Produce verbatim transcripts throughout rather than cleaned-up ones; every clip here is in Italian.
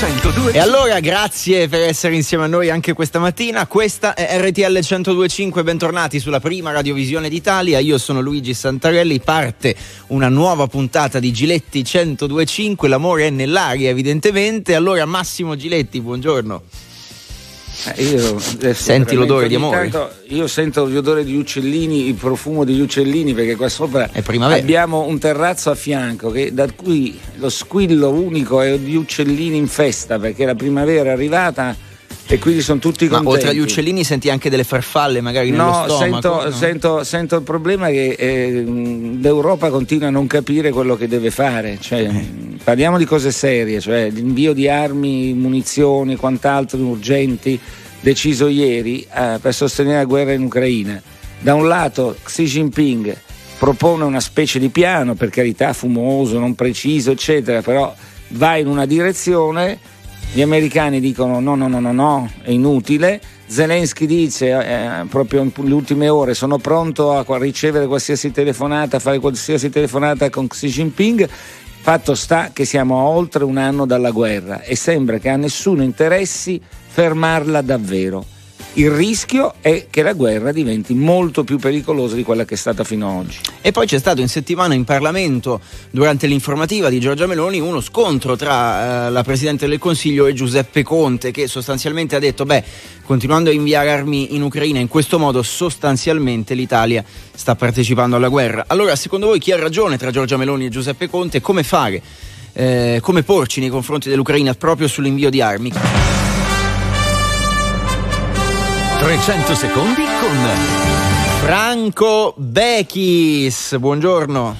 centodue. E allora grazie per essere insieme a noi anche questa mattina. Questa è R T L centodue e cinque, bentornati sulla prima radiovisione d'Italia. Io sono Luigi Santarelli, parte una nuova puntata di Giletti centodue e cinque, l'amore è nell'aria evidentemente. Allora Massimo Giletti, buongiorno. Eh, io Senti l'odore di amore? Tanto, io sento l'odore di uccellini, il profumo degli uccellini, perché qua sopra è primavera. Abbiamo un terrazzo a fianco che, da cui lo squillo unico è di uccellini in festa, perché la primavera è arrivata e quindi sono tutti contenti. Ma oltre agli uccellini senti anche delle farfalle magari nello no, stomaco? Sento, no, sento, sento il problema che eh, l'Europa continua a non capire quello che deve fare, cioè, eh. parliamo di cose serie, cioè l'invio di armi, munizioni e quant'altro urgenti deciso ieri eh, per sostenere la guerra in Ucraina. Da un lato Xi Jinping propone una specie di piano, per carità fumoso, non preciso eccetera, però va in una direzione. Gli americani dicono no, no, no, no, no, è inutile. Zelensky dice eh, proprio nelle ultime ore sono pronto a ricevere qualsiasi telefonata, a fare qualsiasi telefonata con Xi Jinping. Fatto sta che siamo a oltre un anno dalla guerra e sembra che a nessuno interessi fermarla davvero. Il rischio è che la guerra diventi molto più pericolosa di quella che è stata fino ad oggi. E poi c'è stato in settimana in Parlamento, durante l'informativa di Giorgia Meloni, uno scontro tra eh, la Presidente del Consiglio e Giuseppe Conte, che sostanzialmente ha detto beh, continuando a inviare armi in Ucraina in questo modo sostanzialmente l'Italia sta partecipando alla guerra. Allora secondo voi chi ha ragione tra Giorgia Meloni e Giuseppe Conte? Come fare? Eh, come porci nei confronti dell'Ucraina proprio sull'invio di armi? trecento secondi con Franco Bechis, buongiorno.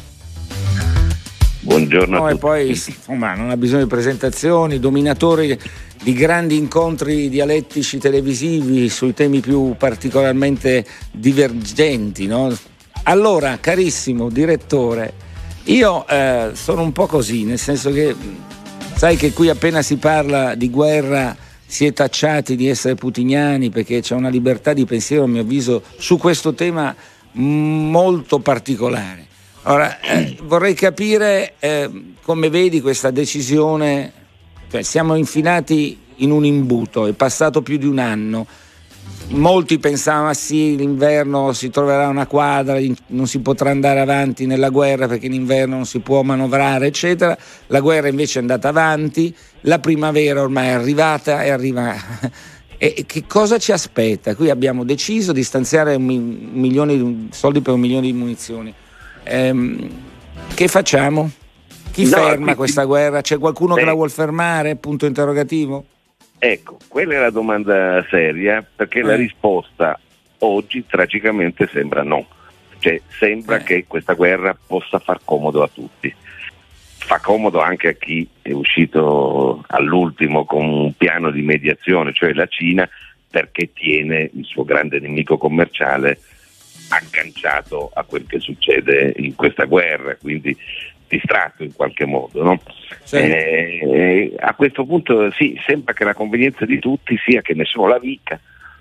Buongiorno no, a e tutti. poi insomma, non ha bisogno di presentazioni, dominatori di grandi incontri dialettici televisivi sui temi più particolarmente divergenti, no? Allora, carissimo direttore, io eh, sono un po' così, nel senso che sai che qui appena si parla di guerra si è tacciati di essere putiniani, perché c'è una libertà di pensiero a mio avviso su questo tema molto particolare. Ora eh, vorrei capire eh, come vedi questa decisione, cioè, siamo infilati in un imbuto, è passato più di un anno, molti pensavano ah sì, l'inverno si troverà una quadra, non si potrà andare avanti nella guerra perché in inverno non si può manovrare eccetera, la guerra invece è andata avanti, la primavera ormai è arrivata e arriva e che cosa ci aspetta? Qui abbiamo deciso di stanziare un milione di soldi per un milione di munizioni, ehm, che facciamo? Chi no, ferma quindi, questa guerra? C'è qualcuno beh, che la vuol fermare? Punto interrogativo. Ecco, quella è la domanda seria, perché eh. la risposta oggi tragicamente sembra no, cioè sembra eh. che questa guerra possa far comodo a tutti, fa comodo anche a chi è uscito all'ultimo con un piano di mediazione, cioè la Cina, perché tiene il suo grande nemico commerciale agganciato a quel che succede in questa guerra, quindi distratto in qualche modo, no? Sì. Eh, a questo punto sì, sembra che la convenienza di tutti sia che nessuno la vinca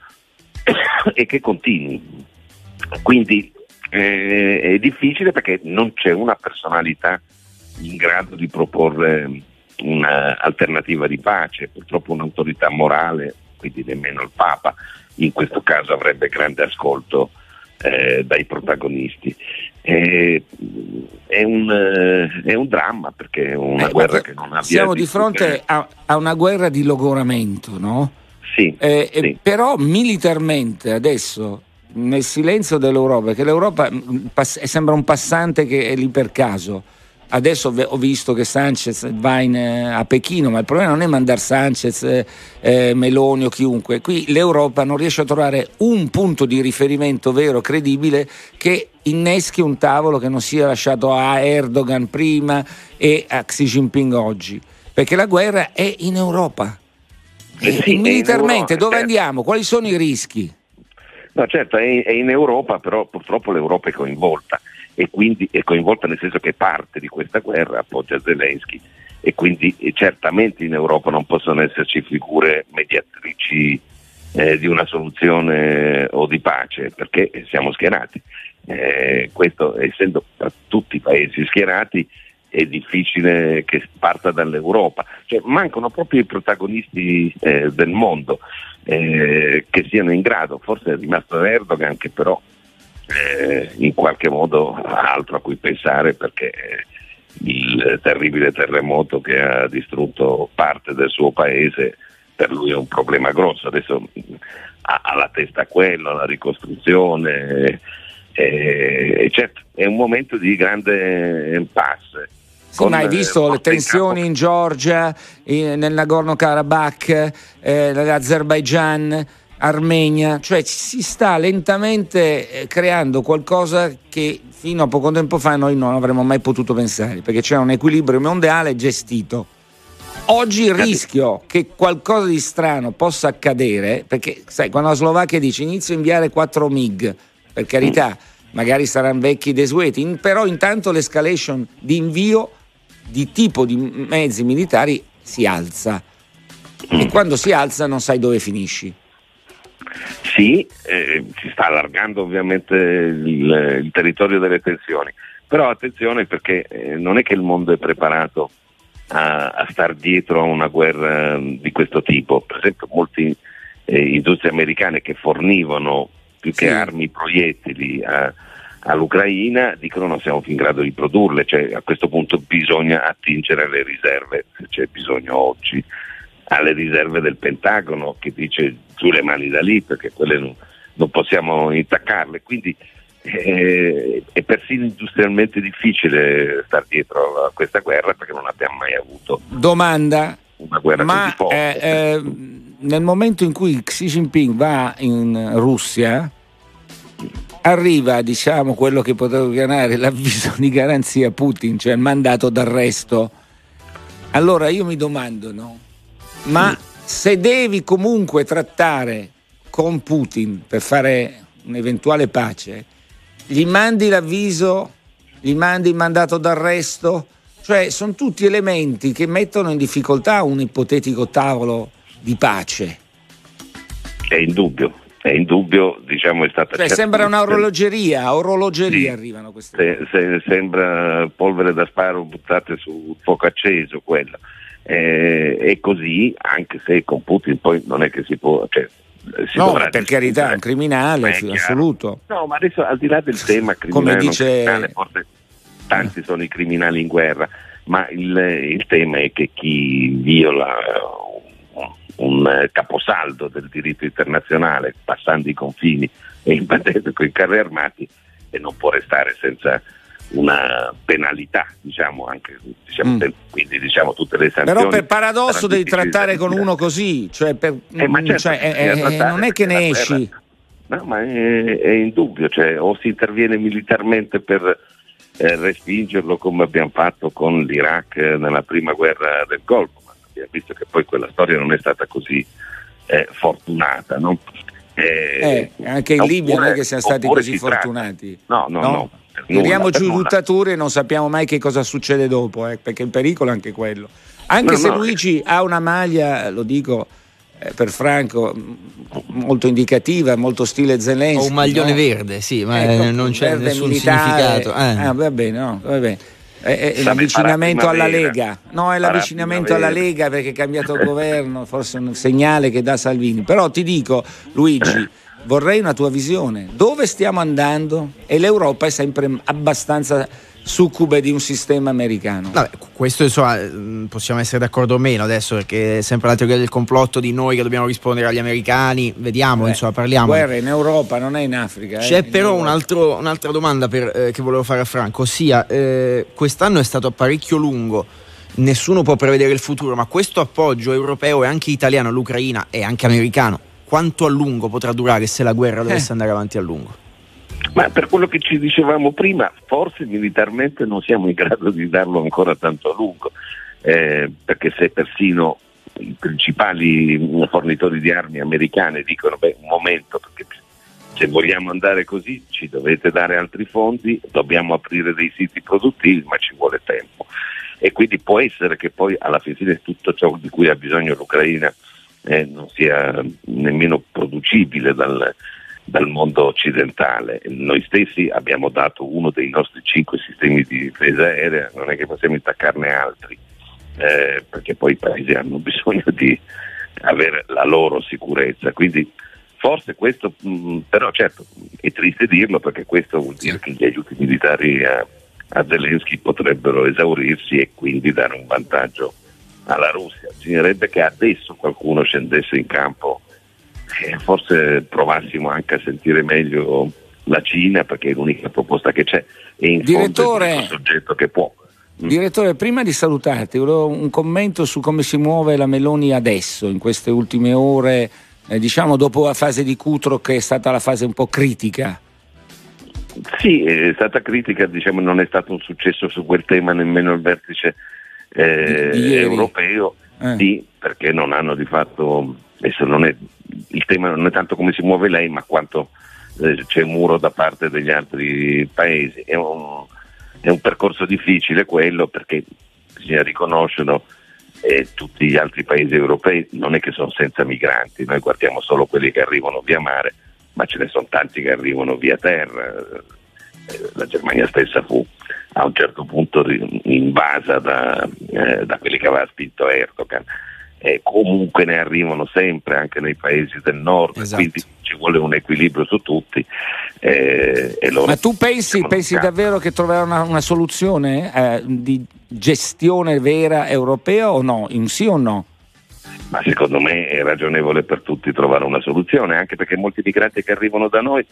e che continui, quindi eh, è difficile perché non c'è una personalità in grado di proporre un'alternativa di pace, purtroppo un'autorità morale, quindi nemmeno il Papa in questo caso avrebbe grande ascolto eh, dai protagonisti. Eh, è, un, eh, è un dramma perché è una eh, guerra che non ha siamo di fronte a, a una guerra di logoramento, no? Sì, eh, sì. Eh, però militarmente adesso nel silenzio dell'Europa, perché l'Europa pass- sembra un passante che è lì per caso. Adesso ho visto che Sanchez va in, eh, a Pechino, ma il problema non è mandare Sanchez, eh, eh, Meloni o chiunque. Qui l'Europa non riesce a trovare un punto di riferimento vero, credibile, che inneschi un tavolo che non sia lasciato a Erdogan prima e a Xi Jinping oggi, perché la guerra è in Europa. Eh sì, militarmente Europa, dove certo. andiamo? Quali sono i rischi? No, certo, è, è in Europa, però purtroppo l'Europa è coinvolta e quindi è coinvolta nel senso che parte di questa guerra appoggia Zelensky e quindi e certamente in Europa non possono esserci figure mediatrici eh, di una soluzione o di pace, perché siamo schierati. Eh, questo essendo tutti i paesi schierati, è difficile che parta dall'Europa, cioè mancano proprio i protagonisti eh, del mondo eh, che siano in grado. Forse è rimasto Erdogan, che però eh, in qualche modo ha altro a cui pensare, perché il terribile terremoto che ha distrutto parte del suo paese per lui è un problema grosso. Adesso ha alla testa quello, la ricostruzione, e certo è un momento di grande impasse. Sì, ma hai visto le tensioni in, in Georgia, in, nel Nagorno-Karabakh, eh, l'Azerbaigian, Armenia, cioè si sta lentamente eh, creando qualcosa che fino a poco tempo fa noi non avremmo mai potuto pensare, perché c'è un equilibrio mondiale gestito. Oggi il rischio che qualcosa di strano possa accadere, perché sai, quando la Slovacchia dice inizio a inviare quattro MiG, per carità, magari saranno vecchi desueti, però intanto l'escalation di invio di tipo di mezzi militari si alza, e quando si alza non sai dove finisci. Sì, eh, si sta allargando ovviamente il, il territorio delle tensioni, però attenzione, perché eh, non è che il mondo è preparato a, a star dietro a una guerra di questo tipo. Per esempio molte eh, industrie americane che fornivano più che sì. armi, proiettili a, all'Ucraina dicono non siamo più in grado di produrle, cioè a questo punto bisogna attingere alle riserve, se c'è bisogno oggi, alle riserve del Pentagono, che dice giù le mani da lì, perché quelle non, non possiamo intaccarle. Quindi eh, è persino industrialmente difficile star dietro a questa guerra, perché non abbiamo mai avuto domanda una guerra ma così forte. Eh, eh, nel momento in cui Xi Jinping va in Russia, arriva, diciamo, quello che potevo chiamare l'avviso di garanzia Putin, cioè il mandato d'arresto. Allora io mi domando, no? Ma se devi comunque trattare con Putin per fare un'eventuale pace, gli mandi l'avviso, gli mandi il mandato d'arresto, cioè sono tutti elementi che mettono in difficoltà un ipotetico tavolo di pace. È indubbio, è indubbio, diciamo, è stata. Cioè sembra una orologeria, a orologeria sì, arrivano queste se, se, sembra polvere da sparo buttate su fuoco acceso, quello. Eh, è così, anche se con Putin poi non è che si può, cioè, si no, dovrà per carità, è un criminale assoluto. No, ma adesso al di là del tema criminale, come dice criminale, forse tanti sono i criminali in guerra, ma il, il tema è che chi viola un, un caposaldo del diritto internazionale, passando i confini e invadendo con i carri armati, e non può restare senza una penalità, diciamo, anche diciamo, mm. quindi diciamo tutte le sanzioni. Però per paradosso devi trattare con uno così, cioè, per, eh, ma certo, cioè, eh, eh, non è che ne esci. No, ma è, è indubbio, cioè, o si interviene militarmente per eh, respingerlo, come abbiamo fatto con l'Iraq nella prima guerra del Golfo, ma abbiamo visto che poi quella storia non è stata così eh, fortunata, no? Eh, eh, anche in oppure, Libia non è che siamo stati così fortunati. No, no, no. no. Tiriamo giù buttature e non sappiamo mai che cosa succede dopo, eh, perché il pericolo è anche quello. Anche no, se no, Luigi eh. ha una maglia, lo dico eh, per Franco, molto indicativa, molto stile Zelensky. O un maglione no? verde, sì, ma ecco, eh, non c'è nessun militare. significato. Eh. Ah, va bene, no, va bene. È, è l'avvicinamento alla Lega, no, è l'avvicinamento alla Lega perché è cambiato il governo, forse è un segnale che dà Salvini. Però ti dico, Luigi, vorrei una tua visione. Dove stiamo andando? E l'Europa è sempre abbastanza succube di un sistema americano. Vabbè, questo insomma possiamo essere d'accordo o meno adesso, perché è sempre la teoria del complotto di noi che dobbiamo rispondere agli americani. Vediamo, eh, insomma, parliamo. La guerra in Europa, non è in Africa. C'è eh, però un altro, un'altra domanda per, eh, che volevo fare a Franco, ossia eh, quest'anno è stato parecchio lungo, nessuno può prevedere il futuro, ma questo appoggio europeo e anche italiano all'Ucraina e anche americano, quanto a lungo potrà durare se la guerra dovesse eh. andare avanti a lungo? Ma per quello che ci dicevamo prima, forse militarmente non siamo in grado di darlo ancora tanto a lungo, eh, perché se persino i principali fornitori di armi americane dicono beh, un momento, perché se vogliamo andare così ci dovete dare altri fondi, dobbiamo aprire dei siti produttivi, ma ci vuole tempo. E quindi può essere che poi alla fine tutto ciò di cui ha bisogno l'Ucraina eh, non sia nemmeno producibile dal dal mondo occidentale. Noi stessi abbiamo dato uno dei nostri cinque sistemi di difesa aerea, non è che possiamo intaccarne altri, eh, perché poi i paesi hanno bisogno di avere la loro sicurezza, quindi forse questo, mh, però certo è triste dirlo, perché questo vuol dire che gli aiuti militari a, a Zelensky potrebbero esaurirsi e quindi dare un vantaggio alla Russia. Bisognerebbe che adesso qualcuno scendesse in campo e forse provassimo anche a sentire meglio la Cina, perché è l'unica proposta che c'è e in Direttore, fondo è il soggetto che può. Direttore, prima di salutarti, volevo un commento su come si muove la Meloni adesso, in queste ultime ore, eh, diciamo dopo la fase di Cutro, che è stata la fase un po' critica. Sì, è stata critica, diciamo, non è stato un successo su quel tema nemmeno il vertice eh, di, di europeo, eh. sì, perché non hanno di fatto, adesso non è, il tema non è tanto come si muove lei, ma quanto eh, c'è un muro da parte degli altri paesi. È un, è un percorso difficile quello, perché bisogna riconoscerlo, eh, tutti gli altri paesi europei non è che sono senza migranti, noi guardiamo solo quelli che arrivano via mare, ma ce ne sono tanti che arrivano via terra. La Germania stessa fu a un certo punto invasa da, eh, da quelli che aveva spinto Erdogan, e comunque ne arrivano sempre anche nei paesi del nord, esatto. Quindi ci vuole un equilibrio su tutti, eh, e loro, ma tu pensi, diciamo, pensi davvero che troverà una, una soluzione eh, di gestione vera europea o no? In sì o no? Ma secondo me è ragionevole per tutti trovare una soluzione, anche perché molti migranti che arrivano da noi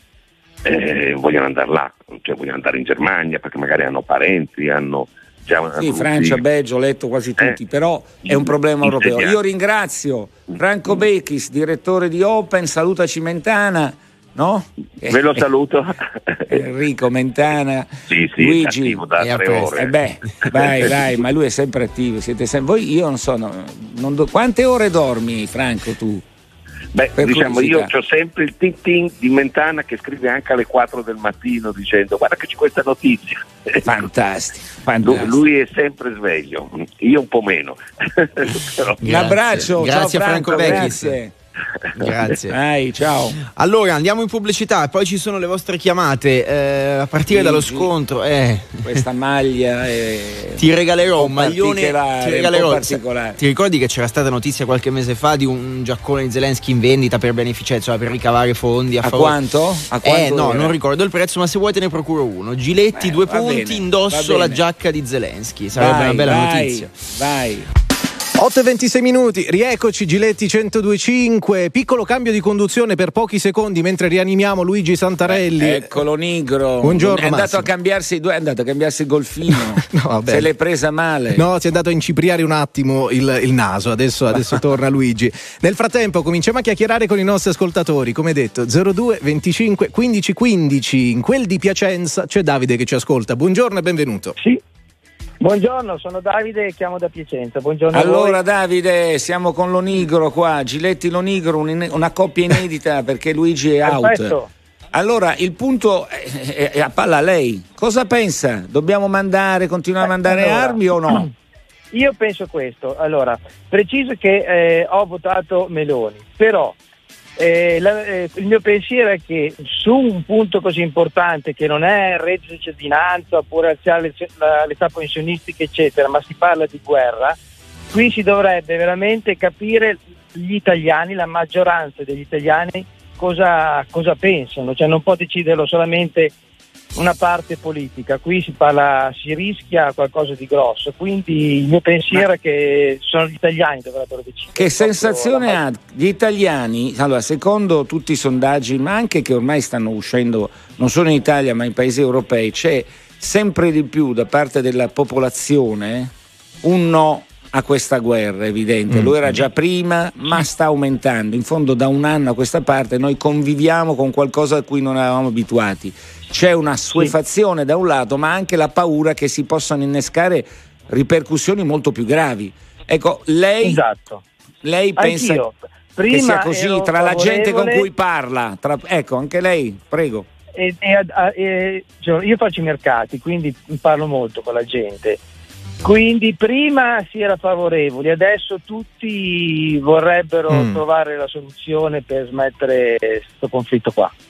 eh, vogliono andare là, cioè vogliono andare in Germania perché magari hanno parenti, hanno già una sì, Francia, Belgio, ho letto quasi tutti, eh, però è un problema europeo. Io ringrazio Franco Bechis, direttore di Open, salutaci Mentana, no? Ve lo saluto. Enrico Mentana, sì, sì, Luigi da tre ore. Eh beh, vai, vai, ma lui è sempre attivo, siete sempre voi, io non so, no, non do... quante ore dormi, Franco, tu? Beh, per diciamo curiosità. Io ho sempre il tin tin di Mentana che scrive anche alle quattro del mattino dicendo guarda che c'è questa notizia. Fantastico, fantastico. Lui è sempre sveglio, io un po' meno. Però... Un abbraccio, grazie ciao Franco, Franco, Bechis. Grazie. Grazie. Dai, ciao. Allora andiamo in pubblicità, poi ci sono le vostre chiamate, eh, a partire sì, dallo sì. scontro. Eh. Questa maglia è ti regalerò un, un maglione. Ti regalerò. Un particolare. Ti ricordi che c'era stata notizia qualche mese fa di un giaccone di Zelensky in vendita per beneficenza, cioè per ricavare fondi a, a favore. quanto? A quanto eh no, era? Non ricordo il prezzo, ma se vuoi te ne procuro uno. Giletti, Beh, due va punti, bene, indosso la giacca di Zelensky. Sarebbe vai, una bella vai, notizia. Vai. otto e ventisei minuti, rieccoci Giletti centodue e cinque, piccolo cambio di conduzione per pochi secondi mentre rianimiamo Luigi Santarelli. Eh, eccolo Nigro. Buongiorno, è andato Massimo. a cambiarsi due, è andato a cambiarsi il golfino. No, vabbè. Se l'è presa male. No, si è andato a incipriare un attimo il, il naso, adesso, adesso torna Luigi. Nel frattempo cominciamo a chiacchierare con i nostri ascoltatori, come detto zero due venticinque quindici quindici, in quel di Piacenza c'è Davide che ci ascolta. Buongiorno e benvenuto. Sì. Buongiorno, sono Davide e chiamo da Piacenza. Buongiorno. Allora Davide, siamo con Lonigro qua, Giletti Lonigro, un, una coppia inedita perché Luigi è out. Perfetto. Allora, il punto è, è a palla a lei. Cosa pensa? Dobbiamo mandare, continuare a mandare allora, armi o no? Io penso questo. Allora, preciso che eh, ho votato Meloni, però eh, la, eh, il mio pensiero è che su un punto così importante che non è il reddito di cittadinanza oppure alzare l'età pensionistica eccetera, ma si parla di guerra, qui si dovrebbe veramente capire gli italiani, la maggioranza degli italiani cosa, cosa pensano, cioè non può deciderlo solamente una parte politica, qui si parla, si rischia qualcosa di grosso, quindi il mio pensiero Ma... è che sono gli italiani che dovrebbero decidere. Che sensazione ha gli italiani? Allora, secondo tutti i sondaggi, ma anche che ormai stanno uscendo non solo in Italia ma in paesi europei, c'è sempre di più da parte della popolazione un no a questa guerra, evidente, mm. lo era già prima ma sta aumentando, in fondo da un anno a questa parte noi conviviamo con qualcosa a cui non eravamo abituati, c'è una assuefazione sì. da un lato ma anche la paura che si possano innescare ripercussioni molto più gravi. Ecco, lei, esatto. lei pensa prima che sia così tra la gente con cui parla, tra, ecco anche lei, prego. E, e, e, cioè, io faccio i mercati, quindi parlo molto con la gente. Quindi prima si era favorevoli, adesso tutti vorrebbero mm. trovare la soluzione per smettere questo conflitto qua.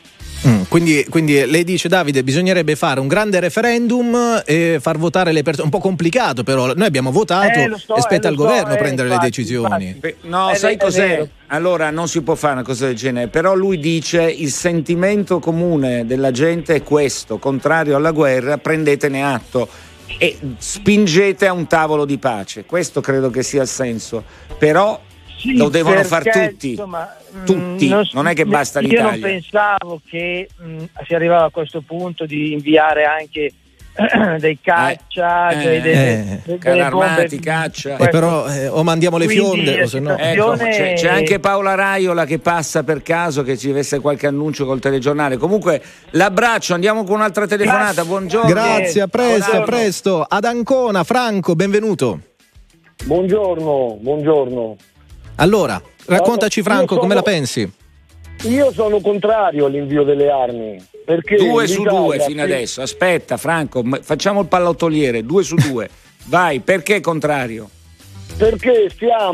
Mm, quindi, quindi lei dice, Davide, bisognerebbe fare un grande referendum e far votare le persone. Un po' complicato, però noi abbiamo votato Eh, lo so, e spetta eh, al lo governo so, eh, prendere infatti, le decisioni. infatti. No, È sai ve- è cos'è? vero. Allora non si può fare una cosa del genere, però lui dice il sentimento comune della gente è questo, contrario alla guerra, prendetene atto e spingete a un tavolo di pace. Questo credo che sia il senso, però Sì, lo devono perché, far tutti. Insomma, Tutti, non, non è che basta io l'Italia. non pensavo che mh, si arrivava a questo punto di inviare anche dei caccia, Eh, dei, dei, eh, dei- carri delle bombe. armati, caccia. E però eh, o mandiamo le Quindi, fionde la o se no. Ecco, situazione- c'è, c'è anche Paola Raiola che passa per caso, che ci deve essere qualche annuncio col telegiornale. Comunque l'abbraccio, andiamo con un'altra telefonata. Grazie. Buongiorno. Grazie, a presto, a Buongiorno. presto. Ad Ancona, Franco, benvenuto. Buongiorno, buongiorno. Allora, raccontaci Io Franco, sono- come la pensi? Io sono contrario all'invio delle armi. Perché Due su l'Italia- due fino adesso. Aspetta, Franco, m- facciamo il pallottoliere. Due su due. Vai, perché contrario? Perché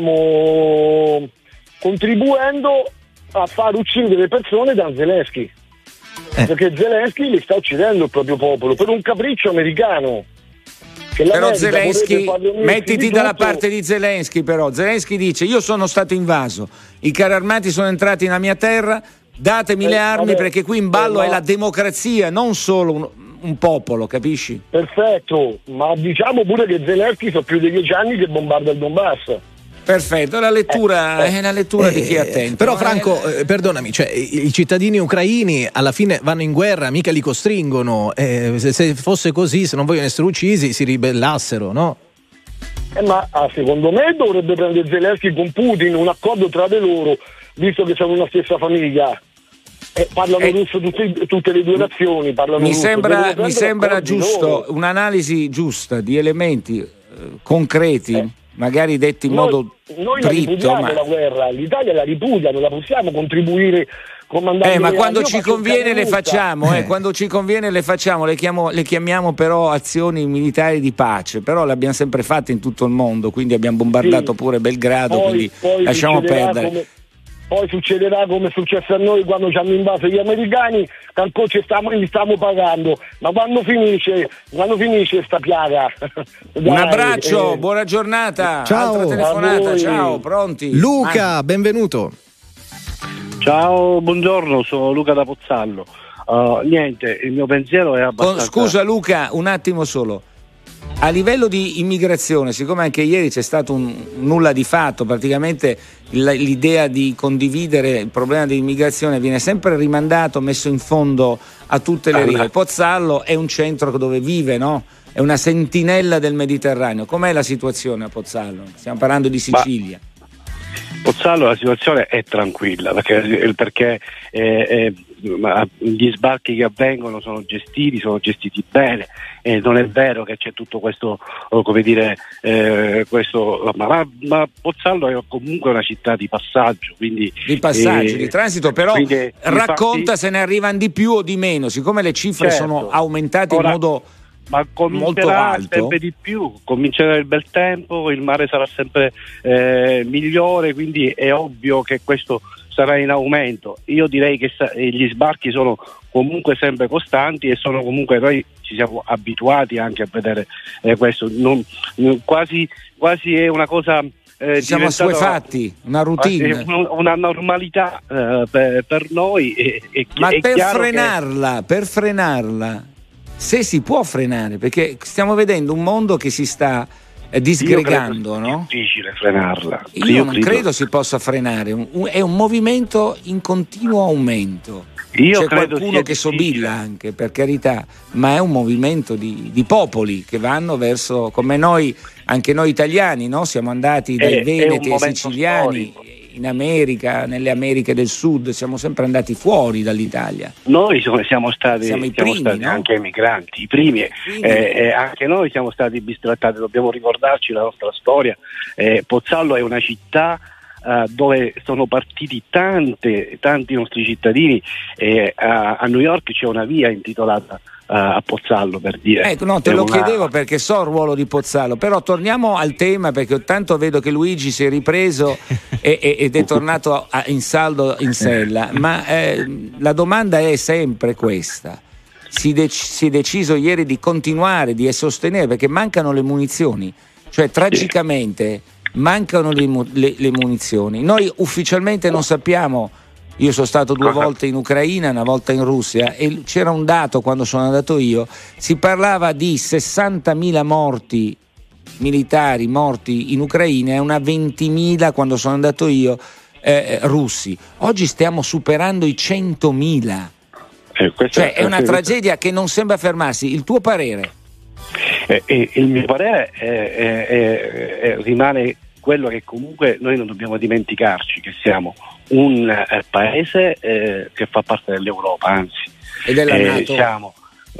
stiamo contribuendo a far uccidere persone da Zelensky. Eh. Perché Zelensky li sta uccidendo il proprio popolo per un capriccio americano. Che Però l'America Zelensky, vorrebbe farli unirsi mettiti di dalla tutto. parte di Zelensky però. Zelensky dice, io sono stato invaso, i carri armati sono entrati nella mia terra, datemi Eh, le armi vabbè, perché qui in ballo eh, è ma- la democrazia, non solo un, un popolo, capisci? Perfetto, ma diciamo pure che Zelensky sono più di dieci anni che bombarda il Donbass. Perfetto, è la lettura, Eh, è la lettura di chi è Eh, attento. Però no? Franco, Eh, eh, perdonami, cioè, i, i cittadini ucraini alla fine vanno in guerra, mica li costringono. Eh, se, se fosse così, se non vogliono essere uccisi, si ribellassero, no? Eh, ma ah, secondo me dovrebbe prendere Zelensky con Putin un accordo tra di loro, visto che sono una stessa famiglia. Eh, parlano Eh, russo tutte, tutte le due nazioni. Parlano mi russo. sembra, Devono mi prendere sembra accordi giusto, loro. un'analisi giusta di elementi eh, concreti, Eh. magari detti in Noi, modo noi la dritto, ripudiamo ma... la guerra, l'Italia la ripudia, non la possiamo contribuire comandando Eh, ma le quando armi. Io ci faccio conviene il le canutta. facciamo, eh, Eh. quando ci conviene le facciamo, le, chiamo- le chiamiamo però azioni militari di pace, però le abbiamo sempre fatte in tutto il mondo, quindi abbiamo bombardato Sì. pure Belgrado, Poi- quindi poi lasciamo succederà perdere. come- poi succederà come è successo a noi quando ci hanno invaso gli americani, che ancora ci stiamo, li stiamo pagando, ma quando finisce quando finisce sta piaga? Un Dai, abbraccio, eh, buona giornata, Ciao. altra A telefonata, voi. ciao, pronti? Luca, benvenuto. Ciao, buongiorno, sono Luca da Pozzallo. Uh, niente, il mio pensiero è Ah, abbastanza... scusa Luca, un attimo solo. A livello di immigrazione, siccome anche ieri c'è stato un nulla di fatto, praticamente l- l'idea di condividere il problema dell'immigrazione viene sempre rimandato, messo in fondo a tutte le rive. Pozzallo è un centro dove vive, no? È una sentinella del Mediterraneo. Com'è la situazione a Pozzallo? Stiamo parlando di Sicilia. Pozzallo la situazione è tranquilla perché, perché eh, eh, ma gli sbarchi che avvengono sono gestiti, sono gestiti bene e non è vero che c'è tutto questo, oh, come dire, eh, questo, ma, ma, ma Pozzallo è comunque una città di passaggio, quindi Di passaggio, eh, di transito, però quindi, racconta infatti, se ne arrivano di più o di meno, siccome le cifre Certo. sono aumentate Ora, in modo ma molto comincerà alto. sempre di più, comincerà il bel tempo, il mare sarà sempre eh, migliore, quindi è ovvio che questo sarà in aumento. Io direi che sa- gli sbarchi sono comunque sempre costanti e sono comunque, noi ci siamo abituati anche a vedere eh, questo, non, non- quasi, quasi è una cosa eh, ci siamo diventata- assuefatti, una routine. è un- una normalità eh, per, per noi e, e- Ma è per chiaro che- frenarla, per frenarla, se si può frenare, perché stiamo vedendo un mondo che si sta eh, disgregando, io credo no? sia difficile frenarla. Io non credo si possa frenare, un- un- è un movimento in continuo aumento. Io C'è credo qualcuno sia che difficile. sobilla anche, per carità, ma è un movimento di, di popoli che vanno verso, come noi, anche noi italiani, no? Siamo andati dai È- è veneti un ai momento siciliani, storico. in America, nelle Americhe del Sud, siamo sempre andati fuori dall'Italia. Noi so- siamo stati, Siamo i siamo primi, stati no? anche emigranti, i primi, primi. eh, eh, anche noi siamo stati bistrattati, dobbiamo ricordarci la nostra storia. Eh, Pozzallo è una città eh, dove sono partiti tante, tanti nostri cittadini, eh, a, a New York c'è una via intitolata a Pozzallo, per dire. Ecco, no, te è lo una... chiedevo perché so il ruolo di Pozzallo, però torniamo al tema, perché tanto vedo che Luigi si è ripreso e, e, ed è tornato a, in saldo in sella, ma eh, la domanda è sempre questa: si, dec- si è deciso ieri di continuare, di sostenere, perché mancano le munizioni, cioè tragicamente mancano le, mu- le, le munizioni. Noi ufficialmente non sappiamo. Io sono stato due volte in Ucraina, una volta in Russia, e c'era un dato quando sono andato io, si parlava di sessantamila morti militari morti in Ucraina e una ventimila quando sono andato io eh, russi. Oggi stiamo superando i centomila. Eh, cioè è una tragedia che non sembra fermarsi. Il tuo parere? Eh, eh, il mio parere è, è, è, è, rimane quello che comunque noi non dobbiamo dimenticarci che siamo un eh, paese eh, che fa parte dell'Europa, anzi e della eh, NATO. Siamo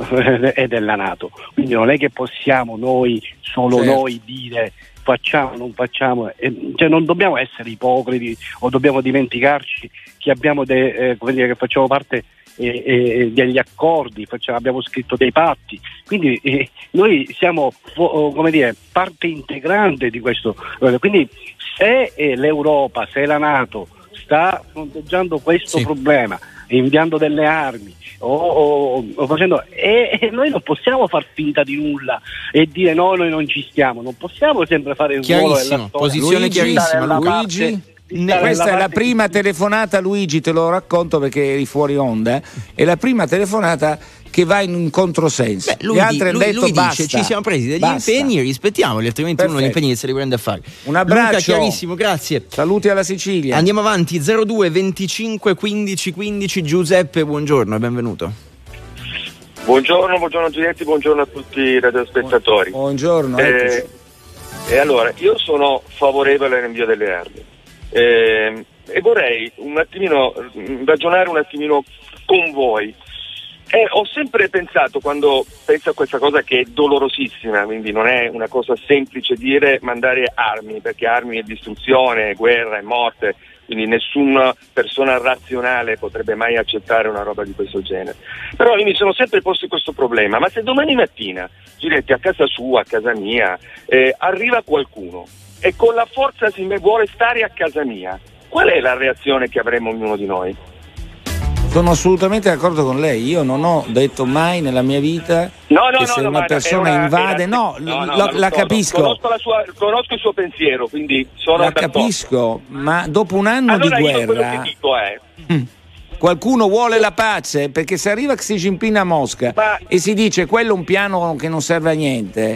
e della NATO, quindi non è che possiamo noi solo certo. noi dire facciamo, non facciamo, eh, cioè non dobbiamo essere ipocriti o dobbiamo dimenticarci che abbiamo de, eh, come dire, che facciamo parte eh, eh, degli accordi, facciamo, abbiamo scritto dei patti, quindi eh, noi siamo fo- come dire parte integrante di questo, quindi se eh, l'Europa, se la NATO sta fronteggiando questo sì. problema, inviando delle armi o, o, o facendo e, e noi non possiamo far finta di nulla e dire no, noi non ci stiamo, non possiamo sempre fare il ruolo della storia. Posizione Luigi, chiarissima. Luigi, questa è la prima telefonata, Luigi, te lo racconto perché eri fuori onda, eh? È la prima telefonata che va in un controsenso. Beh, lui, gli altri lui, hanno detto lui basta, dice ci siamo presi degli basta. impegni, rispettiamoli, altrimenti Perfetto. uno gli impegni che se li prende a fare. Un abbraccio. Luca, chiarissimo, grazie. Saluti alla Sicilia. Andiamo avanti. Zero due venticinque quindici quindici. Giuseppe, buongiorno e benvenuto. Buongiorno, buongiorno Giuseppe, buongiorno a tutti i radiospettatori. Buongiorno. Eh, e allora, io sono favorevole all'invio delle armi eh, e vorrei un attimino ragionare un attimino con voi. Eh, ho sempre pensato, quando penso a questa cosa che è dolorosissima, quindi non è una cosa semplice dire mandare armi, perché armi è distruzione, è guerra, è morte, quindi nessuna persona razionale potrebbe mai accettare una roba di questo genere. Però io mi sono sempre posto questo problema: ma se domani mattina, Giretti, a casa sua, a casa mia, eh, arriva qualcuno e con la forza si vuole stare a casa mia, qual è la reazione che avremo ognuno di noi? Sono assolutamente d'accordo con lei. Io non ho detto mai nella mia vita no, no, che no, se no, una persona una, invade, una, no, no, no, la, la so, capisco. Conosco, la sua, conosco il suo pensiero, quindi sono la d'accordo. Capisco, ma dopo un anno allora di io guerra, quello che dico è qualcuno vuole la pace, perché se arriva Xi Jinping a Mosca ma... e si dice quello è un piano che non serve a niente,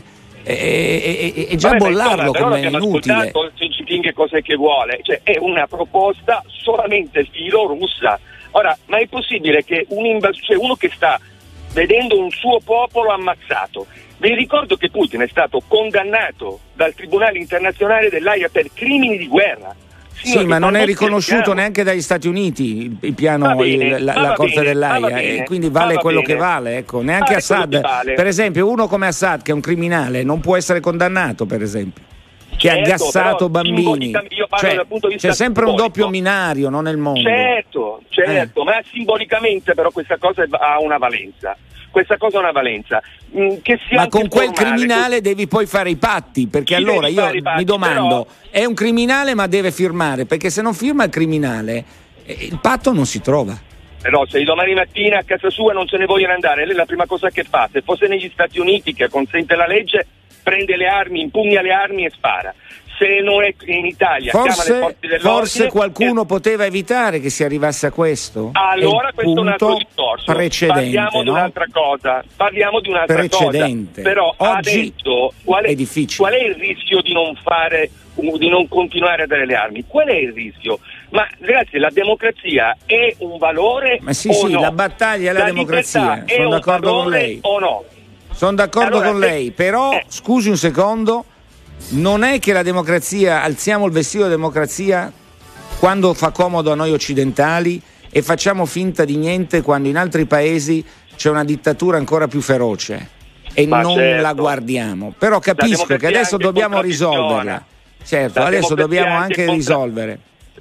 e, e, e già Vabbè, bollarlo insomma, come inutile. Xi Jinping cos'è che vuole? Cioè, è una proposta solamente filo-russa. Ora, ma è possibile che un invas- cioè uno che sta vedendo un suo popolo ammazzato, vi ricordo che Putin è stato condannato dal Tribunale Internazionale dell'Aia per crimini di guerra. Sì, ma non è riconosciuto neanche dagli Stati Uniti il, il piano, bene, il, la, la Corte bene, dell'Aia, e quindi vale quello bene. che vale. Ecco. Neanche vale Assad, vale. Per esempio, uno come Assad, che è un criminale, non può essere condannato, per esempio. Che certo, ha gassato bambini, cioè, dal punto di vista c'è sempre simbolico. Un doppio binario, no, nel mondo. Certo, certo, eh. ma simbolicamente però questa cosa ha una valenza. Questa cosa ha una valenza. Mm, che sia ma con quel formale, criminale tu... devi poi fare i patti, perché Ci allora io patti, mi domando, però... è un criminale ma deve firmare, perché se non firma il criminale il patto non si trova. Però se domani mattina a casa sua non se ne vogliono andare, lei la prima cosa che fa, se fosse negli Stati Uniti che consente la legge, prende le armi, impugna le armi e spara. Se non è in Italia, forse, chiama le forze dell'ordine. Forse qualcuno e... poteva evitare che si arrivasse a questo. Allora questo è un altro discorso. Precedente, parliamo no? di un'altra cosa. Parliamo di un'altra precedente. cosa. Però oggi adesso qual è, è difficile. Qual è il rischio di non fare, di non continuare a dare le armi? Qual è il rischio? Ma ragazzi, la democrazia è un valore? Ma sì, o sì, no? la battaglia è la, la democrazia. Sono d'accordo con lei. O no? Sono d'accordo allora, con lei, però eh. scusi un secondo, non è che la democrazia, alziamo il vestito della democrazia quando fa comodo a noi occidentali e facciamo finta di niente quando in altri paesi c'è una dittatura ancora più feroce e Ma non certo. la guardiamo. Però capisco che adesso dobbiamo risolverla. Certo, la adesso dobbiamo anche contra- risolvere.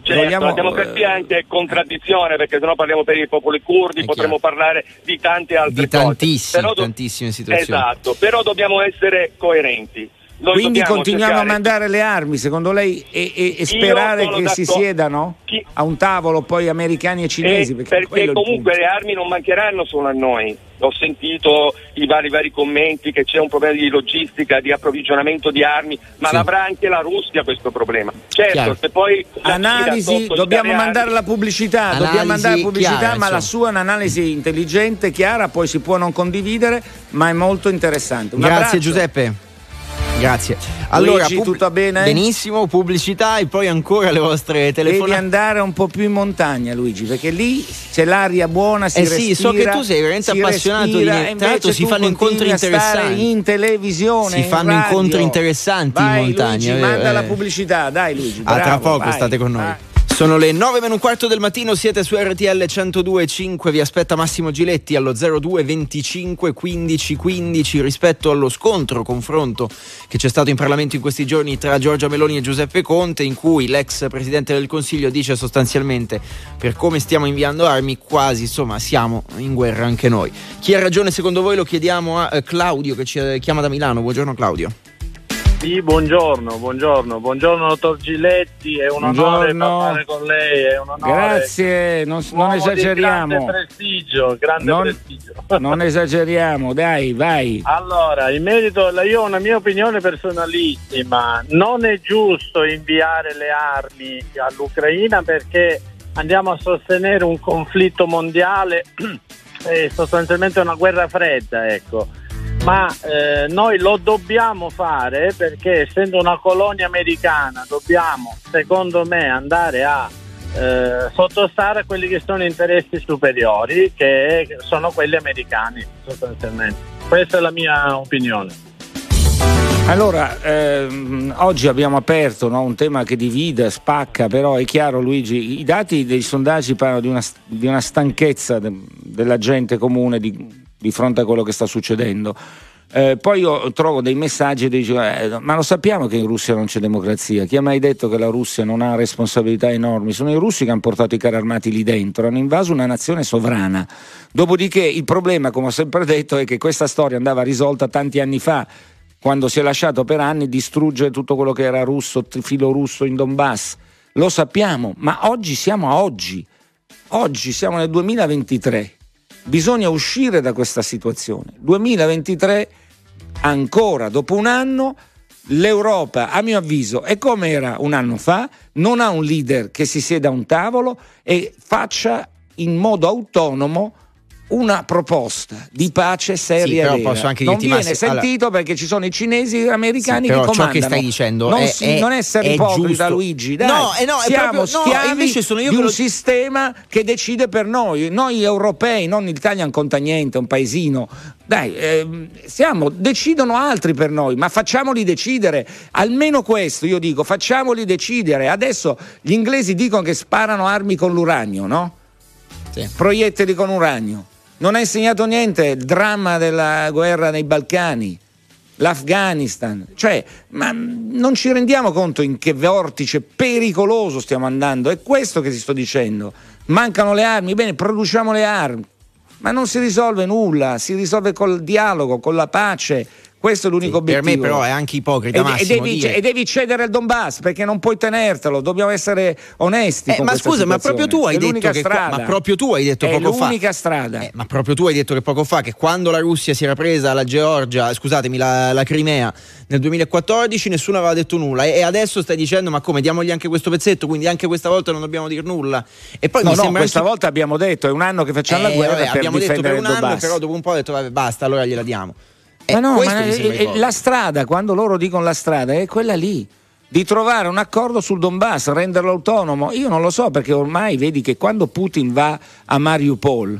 Certo, vogliamo, la democrazia è anche contraddizione, perché sennò parliamo per i popoli curdi, potremmo parlare di tante altre di tantissime, cose. Però do- tantissime situazioni. Esatto, però dobbiamo essere coerenti. Noi Quindi continuiamo cercare... a mandare le armi, secondo lei, e, e, e sperare che si siedano Chi... a un tavolo poi americani e cinesi? Eh, perché, perché comunque le armi non mancheranno solo a noi. Ho sentito i vari vari commenti che c'è un problema di logistica, di approvvigionamento di armi, ma sì. l'avrà anche la Russia questo problema. Certo, Chiaro. se poi analisi, dobbiamo mandare armi... la pubblicità, analisi, dobbiamo mandare la pubblicità, chiara, ma insomma. La sua è un'analisi intelligente, chiara, poi si può non condividere, ma è molto interessante. Un Grazie abbraccio. Giuseppe. Grazie. Allora, Luigi, pub- tutto bene? Benissimo, pubblicità e poi ancora le vostre telefonate. Devi andare un po' più in montagna, Luigi, perché lì c'è l'aria buona, si eh respira. Eh sì, so che tu sei veramente appassionato di me. Tra l'altro si fanno incontri interessanti in televisione, si fanno in incontri interessanti vai, in montagna. Luigi, eh, manda eh. la pubblicità, dai Luigi. Bravo, ah, tra poco vai, state con noi. vai. Sono le nove meno un quarto del mattino, siete su R T L centodue e cinque, vi aspetta Massimo Giletti allo zero due venticinque quindici quindici rispetto allo scontro, confronto che c'è stato in Parlamento in questi giorni tra Giorgia Meloni e Giuseppe Conte, in cui l'ex Presidente del Consiglio dice sostanzialmente: per come stiamo inviando armi quasi insomma siamo in guerra anche noi. Chi ha ragione secondo voi lo chiediamo a eh, Claudio che ci eh, chiama da Milano. Buongiorno Claudio. Sì, buongiorno, buongiorno, buongiorno dottor Giletti, è un buongiorno. onore parlare con lei, è un onore. Grazie, non, non esageriamo. Grande prestigio, grande non, prestigio. Non esageriamo, dai, vai. Allora, in merito, io ho una mia opinione personalissima, non è giusto inviare le armi all'Ucraina perché andiamo a sostenere un conflitto mondiale e sostanzialmente una guerra fredda, ecco. Ma eh, noi lo dobbiamo fare perché essendo una colonia americana dobbiamo, secondo me, andare a eh, sottostare a quelli che sono interessi superiori, che sono quelli americani sostanzialmente. Questa è la mia opinione. Allora, ehm, oggi abbiamo aperto, no, un tema che divide, spacca, però è chiaro Luigi, i dati dei sondaggi parlano di una, di una stanchezza de, della gente comune di di fronte a quello che sta succedendo. Eh, poi io trovo dei messaggi e dico, eh, ma lo sappiamo che in Russia non c'è democrazia, chi ha mai detto che la Russia non ha responsabilità enormi? Sono i russi che hanno portato i carri armati lì dentro, hanno invaso una nazione sovrana. Dopodiché il problema, come ho sempre detto, è che questa storia andava risolta tanti anni fa, quando si è lasciato per anni distruggere tutto quello che era russo, filo russo in Donbass. Lo sappiamo, ma oggi siamo a oggi, oggi siamo nel duemilaventitré. Bisogna uscire da questa situazione. duemilaventitré, ancora dopo un anno, l'Europa, a mio avviso, è come era un anno fa, non ha un leader che si sieda a un tavolo e faccia in modo autonomo una proposta di pace seria, sì, vera. Posso anche non dirti, viene Massi, sentito allora, perché ci sono i cinesi e gli americani sì, che però comandano. Ciò che stai dicendo non, è, si, è, non essere è ipocrita, giusto. Luigi, dai. No, eh no, siamo proprio, schiavi no, invece sono io di un lo... sistema che decide per noi, noi europei, non l'Italia non conta niente, è un paesino. Dai, eh, siamo, decidono altri per noi, ma facciamoli decidere, almeno questo io dico, facciamoli decidere. Adesso gli inglesi dicono che sparano armi con l'uranio, no? Sì. Proiettili con uranio. Non ha insegnato niente il dramma della guerra nei Balcani, l'Afghanistan, cioè, ma non ci rendiamo conto in che vortice pericoloso stiamo andando? È questo che ti sto dicendo. Mancano le armi, bene, produciamo le armi, ma non si risolve nulla, si risolve col dialogo, con la pace. Questo è l'unico sì, obiettivo. Per me però è anche ipocrita, e, Massimo, e, devi, dire... e devi cedere il Donbass perché non puoi tenertelo, dobbiamo essere onesti eh, con ma questa scusa, ma proprio tu hai è detto che strada. ma proprio tu hai detto è poco fa l'unica strada eh, ma proprio tu hai detto che poco fa che quando la Russia si era presa la Georgia, scusatemi, la, la Crimea nel duemilaquattordici nessuno aveva detto nulla e, e adesso stai dicendo ma come, diamogli anche questo pezzetto, quindi anche questa volta non dobbiamo dire nulla. E poi no, mi no, sembra questa anche... volta abbiamo detto è un anno che facciamo eh, la guerra vabbè, per abbiamo detto per un anno, Donbass. però dopo un po' ho detto vabbè basta, allora gliela diamo. Eh, ma no, ma eh, la strada, quando loro dicono la strada, è quella lì, di trovare un accordo sul Donbass, renderlo autonomo. Io non lo so, perché ormai vedi che quando Putin va a Mariupol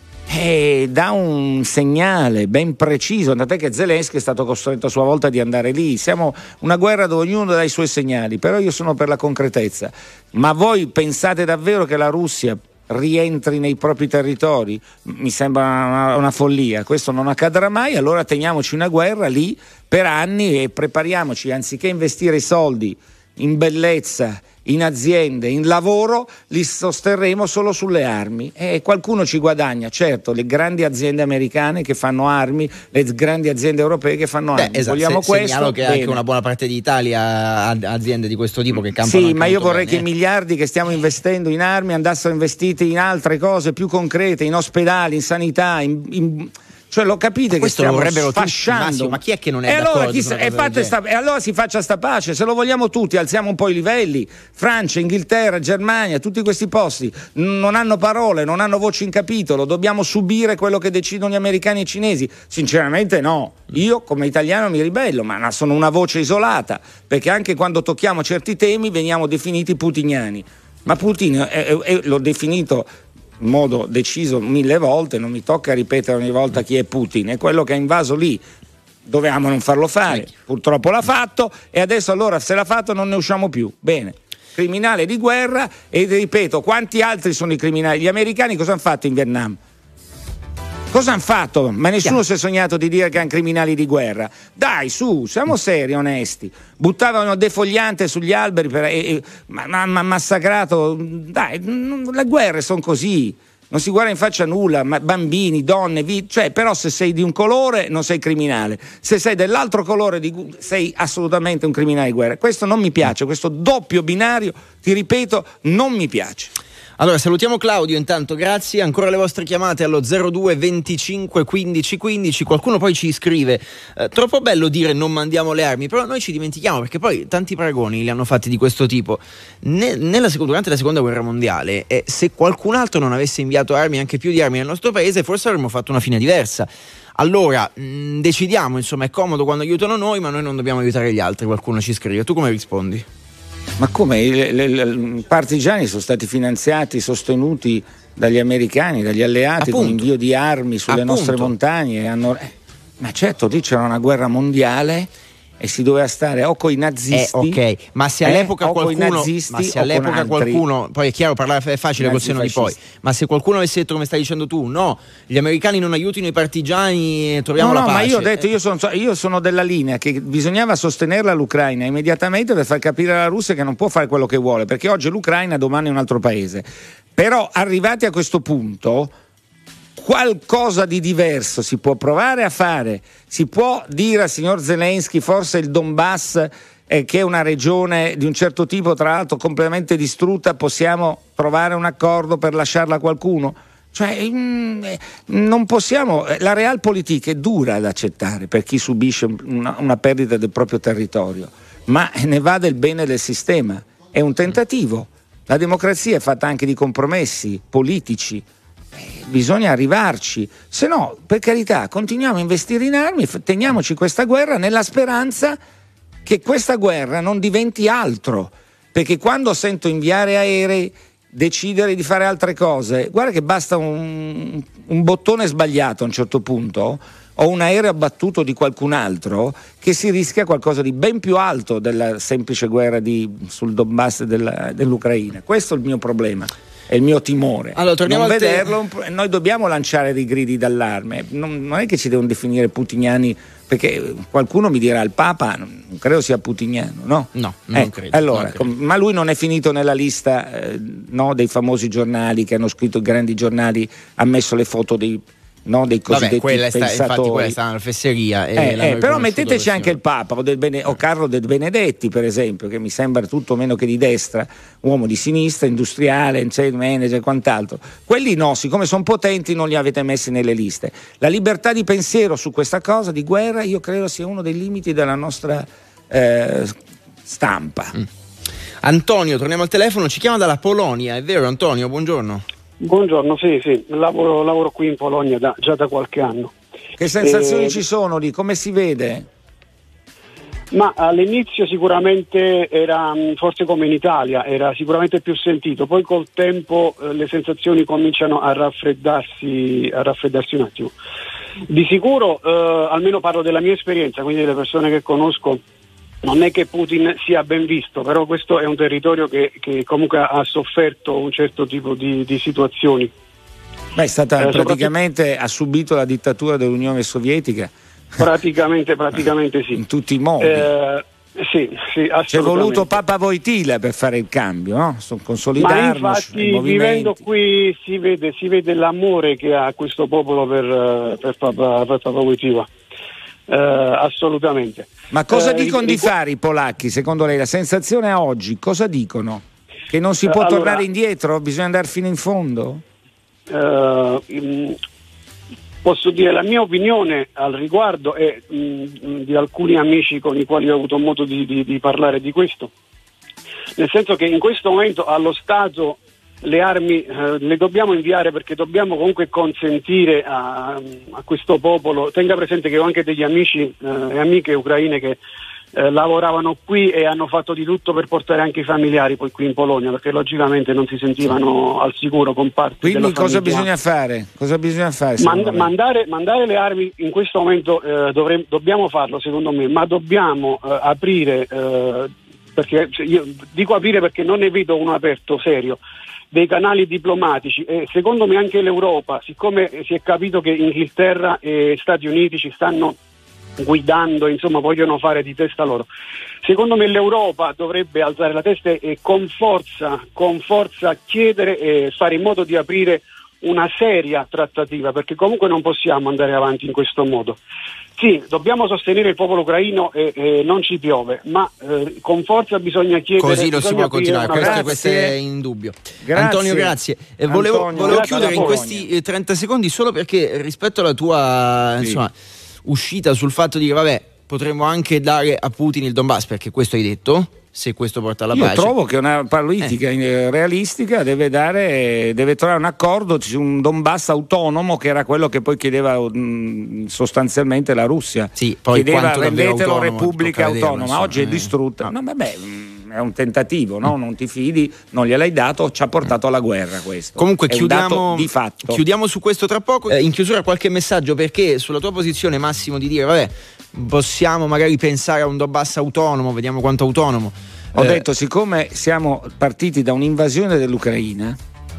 eh, dà un segnale ben preciso, tant'è che Zelensky è stato costretto a sua volta di andare lì. Siamo una guerra dove ognuno dà i suoi segnali, però io sono per la concretezza. Ma voi pensate davvero che la Russia rientri nei propri territori? Mi sembra una, una follia, questo non accadrà mai. Allora teniamoci una guerra lì per anni e prepariamoci, anziché investire i soldi in bellezza, in aziende, in lavoro, li sosterremo solo sulle armi. E qualcuno ci guadagna, certo, le grandi aziende americane che fanno armi, le grandi aziende europee che fanno Beh, armi. esatto, Vogliamo se, questo? segnalo che Bene. anche una buona parte d'Italia ha aziende di questo tipo che campano. Sì, ma io vorrei bene. che i miliardi che stiamo investendo in armi andassero investiti in altre cose più concrete, in ospedali, in sanità, in, in... cioè lo capite che Questo lo stiamo vorrebbero tutti, sfasciando. Massimo, ma chi è che non è e d'accordo allora, chi su sa- una e, cosa fate del sta- e allora si faccia sta pace, se lo vogliamo tutti alziamo un po' i livelli. Francia, Inghilterra, Germania, tutti questi posti non hanno parole, non hanno voce in capitolo, dobbiamo subire quello che decidono gli americani e i cinesi? Sinceramente no, io come italiano mi ribello, ma sono una voce isolata, perché anche quando tocchiamo certi temi veniamo definiti putiniani, ma Putin eh, eh, l'ho definito in modo deciso mille volte, non mi tocca ripetere ogni volta chi è Putin, è quello che ha invaso lì. Dovevamo non farlo fare, purtroppo l'ha fatto, e adesso allora se l'ha fatto non ne usciamo più. Bene, criminale di guerra. E ripeto, quanti altri sono i criminali? Gli americani cosa hanno fatto in Vietnam? Cosa hanno fatto? Ma nessuno yeah. si è sognato di dire che erano criminali di guerra. Dai, su, siamo seri, onesti. Buttavano defogliante sugli alberi per, e, e, ma, ma, ma massacrato. Dai, le guerre sono così. Non si guarda in faccia nulla, ma bambini, donne, vi- cioè, però se sei di un colore non sei criminale, se sei dell'altro colore di- sei assolutamente un criminale di guerra. Questo non mi piace, questo doppio binario, ti ripeto, non mi piace. Allora salutiamo Claudio intanto, grazie, ancora le vostre chiamate allo zero due venticinque quindici quindici. Qualcuno poi ci scrive eh, troppo bello dire non mandiamo le armi, però noi ci dimentichiamo, perché poi tanti paragoni li hanno fatti di questo tipo. Ne, nella seconda, durante la seconda guerra mondiale eh, se qualcun altro non avesse inviato armi, anche più di armi nel nostro paese, forse avremmo fatto una fine diversa. Allora mh, decidiamo, insomma, è comodo quando aiutano noi, ma noi non dobbiamo aiutare gli altri. Qualcuno ci scrive, tu come rispondi? Ma come? I partigiani sono stati finanziati, sostenuti dagli americani, dagli alleati, Appunto. con invio di armi sulle Appunto. nostre montagne. Hanno... eh, ma certo, lì c'era una guerra mondiale e si doveva stare o coi nazisti. Eh, ok, ma se eh, all'epoca o coi qualcuno, nazisti, ma se o all'epoca con altri. qualcuno, poi è chiaro, parlare è facile col senno di poi, ma se qualcuno avesse detto come stai dicendo tu, no, gli americani non aiutino i partigiani e troviamo no, la no, pace. ma io ho detto, io sono, io sono della linea che bisognava sostenerla l'Ucraina immediatamente per far capire alla Russia che non può fare quello che vuole, perché oggi l'Ucraina, domani è un altro paese. Però arrivati a questo punto qualcosa di diverso si può provare a fare, si può dire al signor Zelensky forse il Donbass eh, che è una regione di un certo tipo, tra l'altro completamente distrutta, possiamo trovare un accordo per lasciarla a qualcuno? Cioè mh, non possiamo, la realpolitik è dura da accettare per chi subisce una, una perdita del proprio territorio, ma ne va del bene del sistema, è un tentativo. La democrazia è fatta anche di compromessi politici. Bisogna arrivarci, se no, per carità, continuiamo a investire in armi, teniamoci questa guerra nella speranza che questa guerra non diventi altro, perché quando sento inviare aerei, decidere di fare altre cose, guarda che basta un, un bottone sbagliato a un certo punto o un aereo abbattuto di qualcun altro che si rischia qualcosa di ben più alto della semplice guerra di, sul Donbass della, dell'Ucraina. Questo è il mio problema. È il mio timore. Allora, torniamo non al te- vederlo, noi dobbiamo lanciare dei gridi d'allarme. Non, non è che ci devono definire putiniani, perché qualcuno mi dirà il Papa non credo sia putiniano, no? No, non eh, credo. Allora, non credo. ma lui non è finito nella lista eh, no, dei famosi giornali che hanno scritto, i grandi giornali, ha messo le foto dei, no, dei cosiddetti Vabbè, quella è sta, pensatori. infatti quella è stata una fesseria. E Eh, l'hanno eh, però riconosciuto metteteci lo anche il Papa o, del Bene- o Carlo del Benedetti, per esempio, che mi sembra tutto meno che di destra, uomo di sinistra, industriale, manager e quant'altro. Quelli no, siccome sono potenti non li avete messi nelle liste. La libertà di pensiero su questa cosa di guerra io credo sia uno dei limiti della nostra eh, stampa. Mm. Antonio, torniamo al telefono, ci chiama dalla Polonia, è vero Antonio? Buongiorno. Buongiorno, sì, sì, lavoro, lavoro qui in Polonia da, già da qualche anno. Che sensazioni Eh, ci sono lì? Come si vede? Ma all'inizio sicuramente era, mh, forse come in Italia, era sicuramente più sentito, poi col tempo eh, le sensazioni cominciano a raffreddarsi, a raffreddarsi un attimo. Di sicuro, eh, almeno parlo della mia esperienza, quindi delle persone che conosco, non è che Putin sia ben visto, però questo è un territorio che, che comunque ha sofferto un certo tipo di, di situazioni. Beh, è stata Eh, praticamente ha subito la dittatura dell'Unione Sovietica. Praticamente, praticamente sì. In tutti i modi. Eh, Sì, sì, assolutamente. C'è voluto Papa Wojtyla per fare il cambio, no? Consolidarlo. Ma infatti vivendo qui si vede, si vede l'amore che ha questo popolo per, per Papa, per Papa Wojtyla. Uh, assolutamente. Ma cosa uh, dicono rigu- di fare i polacchi, secondo lei? La sensazione a oggi, cosa dicono? Che non si può uh, tornare allora, indietro? Bisogna andare fino in fondo? Uh, in, posso dire la mia opinione al riguardo e mh, di alcuni amici con i quali ho avuto modo di, di, di parlare di questo, nel senso che in questo momento allo Stato le armi eh, le dobbiamo inviare, perché dobbiamo comunque consentire a, a questo popolo. Tenga presente che ho anche degli amici eh, e amiche ucraine che eh, lavoravano qui e hanno fatto di tutto per portare anche i familiari poi qui in Polonia, perché logicamente non si sentivano al sicuro con parti Quindi della cosa famiglia. bisogna fare? Cosa bisogna fare? Mand- mandare, mandare le armi in questo momento eh, dovre- dobbiamo farlo secondo me, ma dobbiamo eh, aprire eh, perché cioè, io dico aprire perché non ne vedo uno aperto serio, dei canali diplomatici, e secondo me anche l'Europa, siccome si è capito che Inghilterra e Stati Uniti ci stanno guidando, insomma vogliono fare di testa loro, secondo me l'Europa dovrebbe alzare la testa e con forza, con forza chiedere e fare in modo di aprire una seria trattativa, perché comunque non possiamo andare avanti in questo modo. Sì, dobbiamo sostenere il popolo ucraino e, e non ci piove, ma eh, con forza bisogna chiedere. Così non si può continuare, questo, questo è indubbio. Grazie. Antonio, grazie. Eh, volevo, Antonio, volevo grazie chiudere in questi eh, trenta secondi solo perché rispetto alla tua sì. insomma, uscita sul fatto di dire vabbè, potremmo anche dare a Putin il Donbass, perché questo hai detto, se questo porta alla Io pace. Io trovo che una politica eh. realistica deve dare, deve trovare un accordo su un Donbass autonomo, che era quello che poi chiedeva mh, sostanzialmente la Russia. Sì, poi chiedeva rendetelo autonomo, repubblica autonoma, insomma, oggi è distrutta. Eh. No, vabbè, è un tentativo, no? Non ti fidi, non gliel'hai dato, ci ha portato alla guerra questo. Comunque è chiudiamo, di fatto. chiudiamo su questo tra poco. Eh, in chiusura qualche messaggio, perché sulla tua posizione, Massimo, di dire vabbè, possiamo magari pensare a un Donbass autonomo, vediamo quanto autonomo. Ho eh, detto, siccome siamo partiti da un'invasione dell'Ucraina,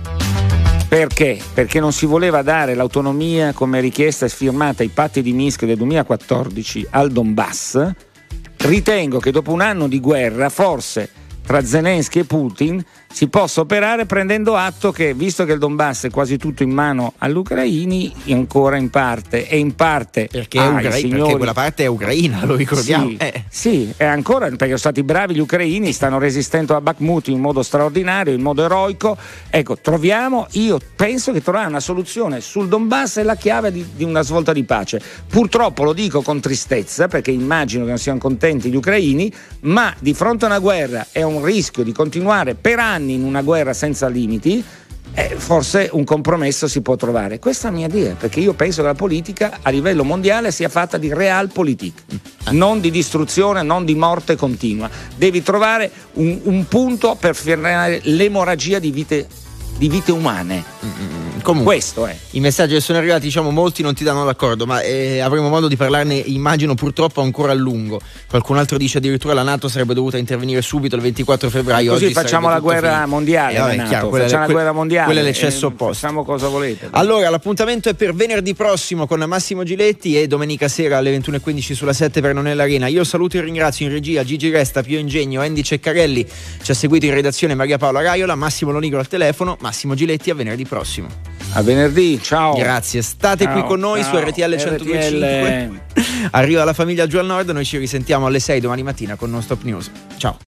perché? Perché non si voleva dare l'autonomia come richiesta firmata ai patti di Minsk del duemilaquattordici al Donbass, ritengo che dopo un anno di guerra forse tra Zelensky e Putin si possa operare prendendo atto che, visto che il Donbass è quasi tutto in mano agli ucraini, ancora in parte e in parte perché, è Ucra- signori... perché quella parte è ucraina, lo ricordiamo. Sì, eh. sì, è ancora perché sono stati bravi gli ucraini, stanno resistendo a Bakhmut in modo straordinario, in modo eroico. Ecco, troviamo, io penso che trovare una soluzione sul Donbass è la chiave di, di una svolta di pace. Purtroppo lo dico con tristezza, perché immagino che non siano contenti gli ucraini, ma di fronte a una guerra e a un rischio di continuare per anni in una guerra senza limiti, eh, forse un compromesso si può trovare. Questa è la mia idea, perché io penso che la politica a livello mondiale sia fatta di realpolitik, non di distruzione, non di morte continua. Devi trovare un, un punto per frenare l'emorragia di vite, di vite umane. Mm-hmm. Comunque, questo è. I messaggi che sono arrivati, diciamo, molti non ti danno d'accordo, ma eh, avremo modo di parlarne, immagino, purtroppo ancora a lungo. Qualcun altro dice addirittura la NATO sarebbe dovuta intervenire subito il ventiquattro febbraio. Così oggi facciamo la guerra finito. mondiale. Eh, vabbè, NATO. chiaro, quella, facciamo que- la guerra mondiale. Quello è l'eccesso eh, opposto. Facciamo cosa volete. Allora, l'appuntamento è per venerdì prossimo con Massimo Giletti e domenica sera alle ventuno e quindici sulla sette per Non è l'Arena. Io saluto e ringrazio in regia Gigi Resta, Pio Ingegno, Andy Ceccarelli. Ci ha seguito in redazione Maria Paola Raiola, Massimo Lonigro al telefono. Massimo Giletti, a venerdì prossimo. A venerdì, ciao. Grazie, state ciao, qui con noi ciao. su R T L centodue e cinque. Arriva la famiglia giù al nord, noi ci risentiamo alle sei domani mattina con Non Stop News. Ciao.